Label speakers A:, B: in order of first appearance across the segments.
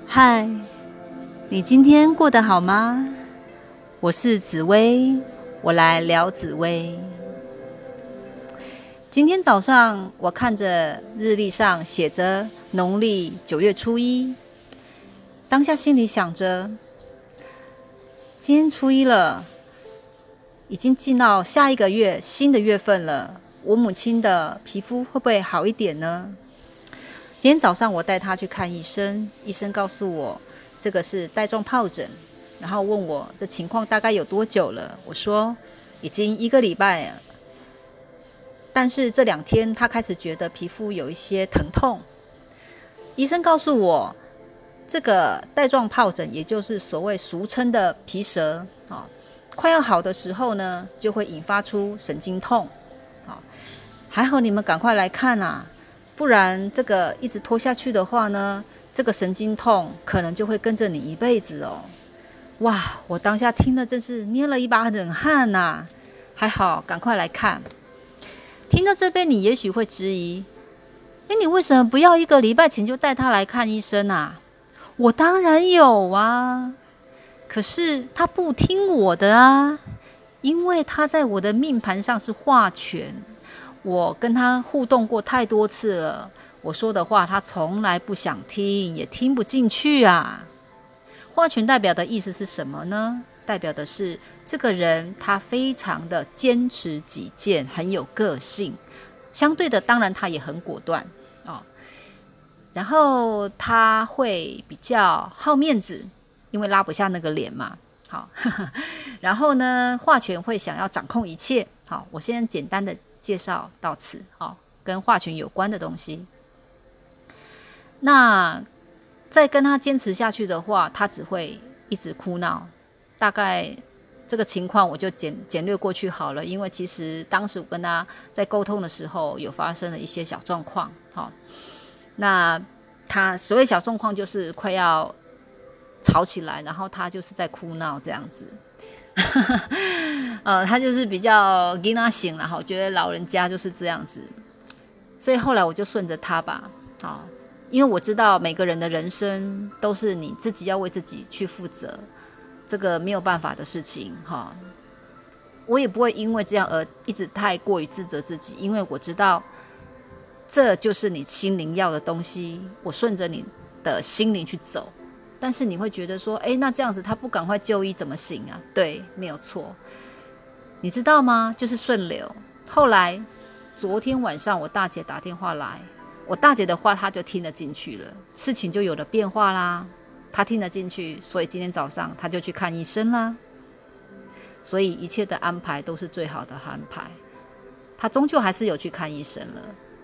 A: 嗨，你今天过得好吗？我是紫薇，我来聊紫薇。今天早上我看着日历上写着农历9月初一，当下心里想着，今天初一了，已经进到下一个月新的月份了，我母亲的皮肤会不会好一点呢？今天早上我带她去看医生，医生告诉我这个是带状疱疹，然后问我这情况大概有多久了，我说已经1个礼拜了，但是这2天她开始觉得皮肤有一些疼痛。医生告诉我，这个带状疱疹也就是所谓俗称的皮蛇，快要好的时候呢，就会引发出神经痛。还好你们赶快来看啊，不然这个一直拖下去的话呢，这个神经痛可能就会跟着你一辈子哦。哇，我当下听了真是捏了一把冷汗啊，还好赶快来看。听到这边你也许会质疑，你为什么不要1个礼拜前就带他来看医生啊？我当然有啊，可是他不听我的啊，因为他在我的命盘上是化权，我跟他互动过太多次了，我说的话他从来不想听，也听不进去啊。化权代表的意思是什么呢？代表的是这个人他非常的坚持己见，很有个性，相对的当然他也很果断哦。然后他会比较好面子，因为拉不下那个脸嘛。好，然后呢，化权会想要掌控一切。好，我先简单的介绍到此。好，跟化权有关的东西。那再跟他坚持下去的话，他只会一直哭闹。大概这个情况我就简略过去好了，因为其实当时我跟他在沟通的时候，有发生了一些小状况。好，那他所谓小状况就是快要吵起来，然后他就是在哭闹这样子。他就是比较囡仔型啦，我觉得老人家就是这样子，所以后来我就顺着他吧。好，因为我知道每个人的人生都是你自己要为自己去负责，这个没有办法的事情哈。我也不会因为这样而一直太过于自责自己，因为我知道这就是你心灵要的东西，我顺着你的心灵去走。但是你会觉得说，那这样子他不赶快就医怎么行啊？对，没有错。你知道吗？就是顺流。后来昨天晚上我大姐打电话来，我大姐的话她就听得进去了，事情就有了变化啦。她听得进去，所以今天早上她就去看医生啦。所以一切的安排都是最好的安排。她终究还是有去看医生了。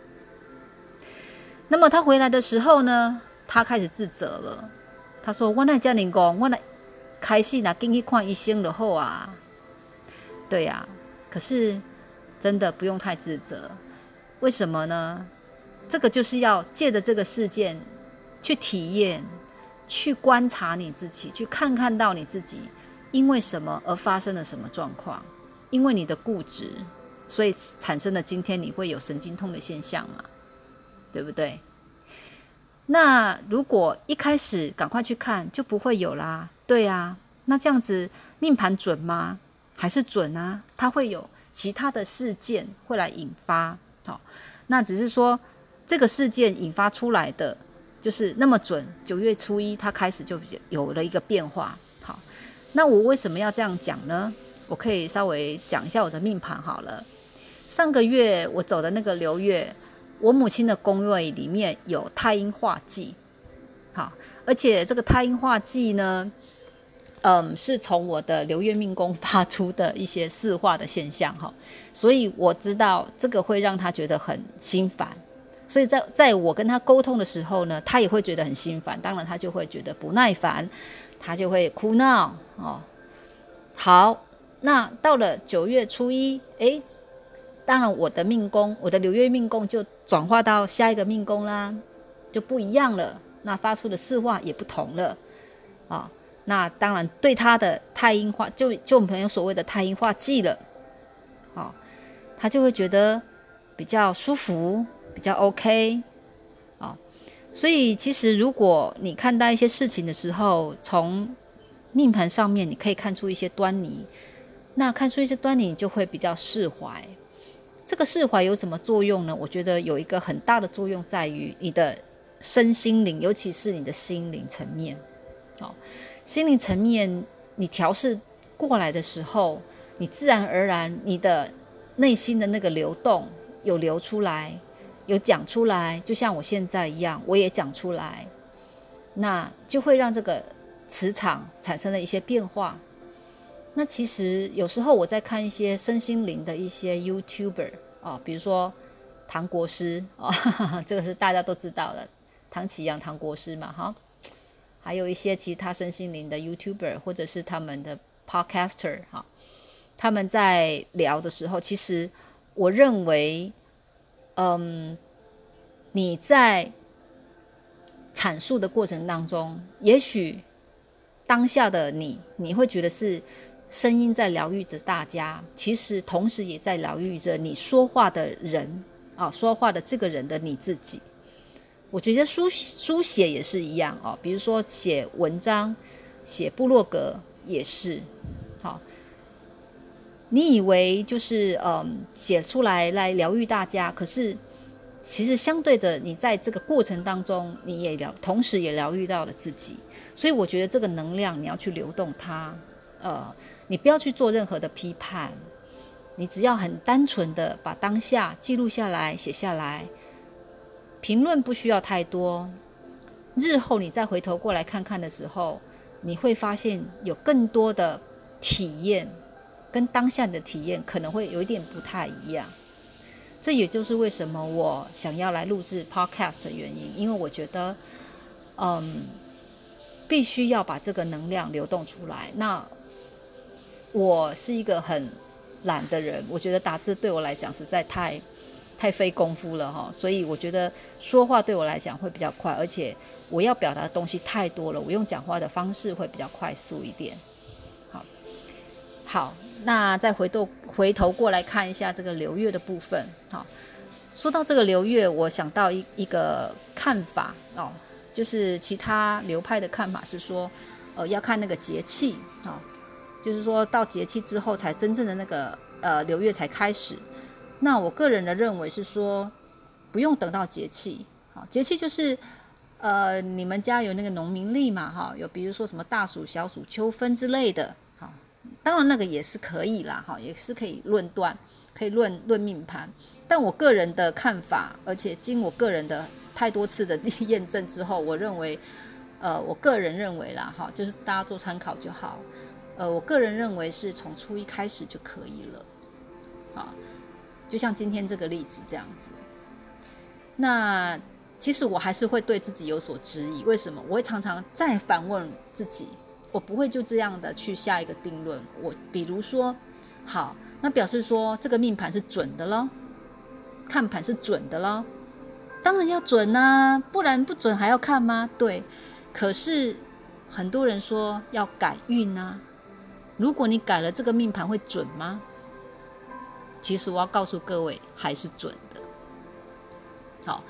A: 那么她回来的时候呢，她开始自责了。他说：“我哪这样讲，我哪开始哪进去看医生就好啊？”对呀，可是真的不用太自责。为什么呢？这个就是要借着这个事件去体验，去观察你自己，去看到你自己因为什么而发生了什么状况。因为你的固执，所以产生了今天你会有神经痛的现象嘛，对不对？那如果一开始赶快去看，就不会有啦。对啊，那这样子命盘准吗？还是准啊？它会有其他的事件会来引发。好，那只是说这个事件引发出来的就是那么准。9月初一，它开始就有了一个变化。好，那我为什么要这样讲呢？我可以稍微讲一下我的命盘好了。上个月我走的那个流月，我母亲的宫位里面有太阴化忌，好，而且这个太阴化忌呢，是从我的流月命宫发出的一些四化的现象哈，所以我知道这个会让他觉得很心烦，所以在我跟他沟通的时候呢，他也会觉得很心烦，当然他就会觉得不耐烦，他就会哭闹哦。好，那到了9月初一，当然我的命宫，我的流月命宫就转化到下一个命宫啦，就不一样了，那发出的四化也不同了啊。那当然对他的太阴化，就我们朋友所谓的太阴化忌了，他就会觉得比较舒服，比较 OK 啊。 所以其实如果你看待一些事情的时候，从命盘上面你可以看出一些端倪，那看出一些端倪你就会比较释怀。这个释怀有什么作用呢？我觉得有一个很大的作用在于你的身心灵，尤其是你的心灵层面。心灵层面你调试过来的时候，你自然而然你的内心的那个流动有流出来，有讲出来，就像我现在一样，我也讲出来，那就会让这个磁场产生了一些变化。那其实有时候我在看一些身心灵的一些 YouTuber 比如说唐国师这个是大家都知道的，唐启阳唐国师嘛还有一些其他身心灵的 YouTuber 或者是他们的 Podcaster 他们在聊的时候，其实我认为你在阐述的过程当中，也许当下的你会觉得是声音在疗愈着大家，其实同时也在疗愈着你说话的人说话的这个人的你自己。我觉得书写也是一样比如说写文章、写部落格也是你以为就是写出来疗愈大家，可是其实相对的，你在这个过程当中，你也同时也疗愈到了自己。所以我觉得这个能量你要去流动它，你不要去做任何的批判，你只要很单纯的把当下记录下来、写下来，评论不需要太多。日后你再回头过来看看的时候，你会发现有更多的体验，跟当下的体验可能会有一点不太一样。这也就是为什么我想要来录制 podcast 的原因，因为我觉得必须要把这个能量流动出来。那我是一个很懒的人，我觉得打字对我来讲实在太费功夫了所以我觉得说话对我来讲会比较快，而且我要表达的东西太多了，我用讲话的方式会比较快速一点。好，那再回头过来看一下这个流月的部分。说到这个流月，我想到一个看法就是其他流派的看法是说，要看那个节气就是说到节气之后才真正的那个流月才开始。那我个人的认为是说，不用等到节气。节气就是你们家有那个农民历嘛有比如说什么大暑、小暑、秋分之类的。当然那个也是可以啦也是可以论断，可以论命盘。但我个人的看法，而且经我个人的太多次的验证之后，我认为我个人认为啦就是大家做参考就好。我个人认为是从初一开始就可以了就像今天这个例子这样子。那其实我还是会对自己有所质疑，为什么？我会常常再反问自己，我不会就这样的去下一个定论。我比如说，好，那表示说这个命盘是准的咯，看盘是准的咯，当然要准啊，不然不准还要看吗？对，可是很多人说要改运啊，如果你改了这个命盘会准吗？其实我要告诉各位，还是准的。好，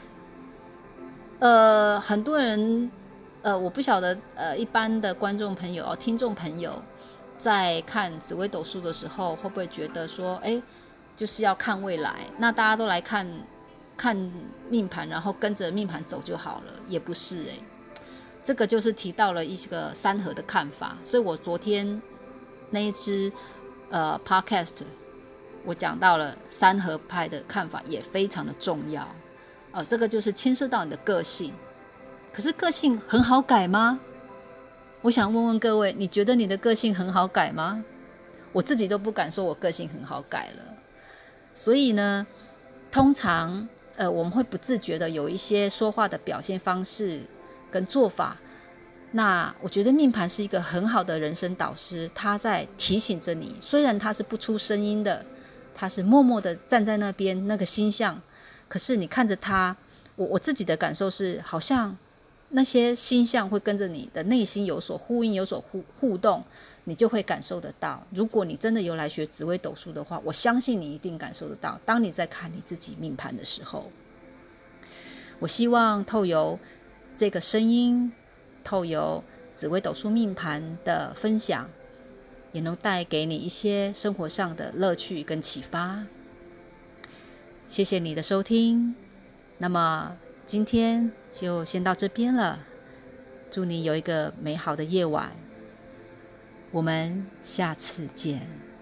A: 很多人我不晓得一般的观众朋友听众朋友在看紫微斗数的时候，会不会觉得说就是要看未来，那大家都来看命盘，然后跟着命盘走就好了？也不是这个就是提到了一个三合的看法。所以我昨天那一支podcast 我讲到了三合派的看法也非常的重要。这个就是牵涉到你的个性。可是个性很好改吗？我想问问各位，你觉得你的个性很好改吗？我自己都不敢说我个性很好改了。所以呢，通常我们会不自觉的有一些说话的表现方式跟做法。那我觉得命盘是一个很好的人生导师，他在提醒着你，虽然他是不出声音的，他是默默的站在那边那个星象，可是你看着他，我自己的感受是，好像那些星象会跟着你的内心有所呼应，有所互动，你就会感受得到。如果你真的有来学紫微斗数的话，我相信你一定感受得到。当你在看你自己命盘的时候， 我希望透由这个声音，透由紫微斗数命盘的分享，也能带给你一些生活上的乐趣跟启发。谢谢你的收听，那么今天就先到这边了，祝你有一个美好的夜晚，我们下次见。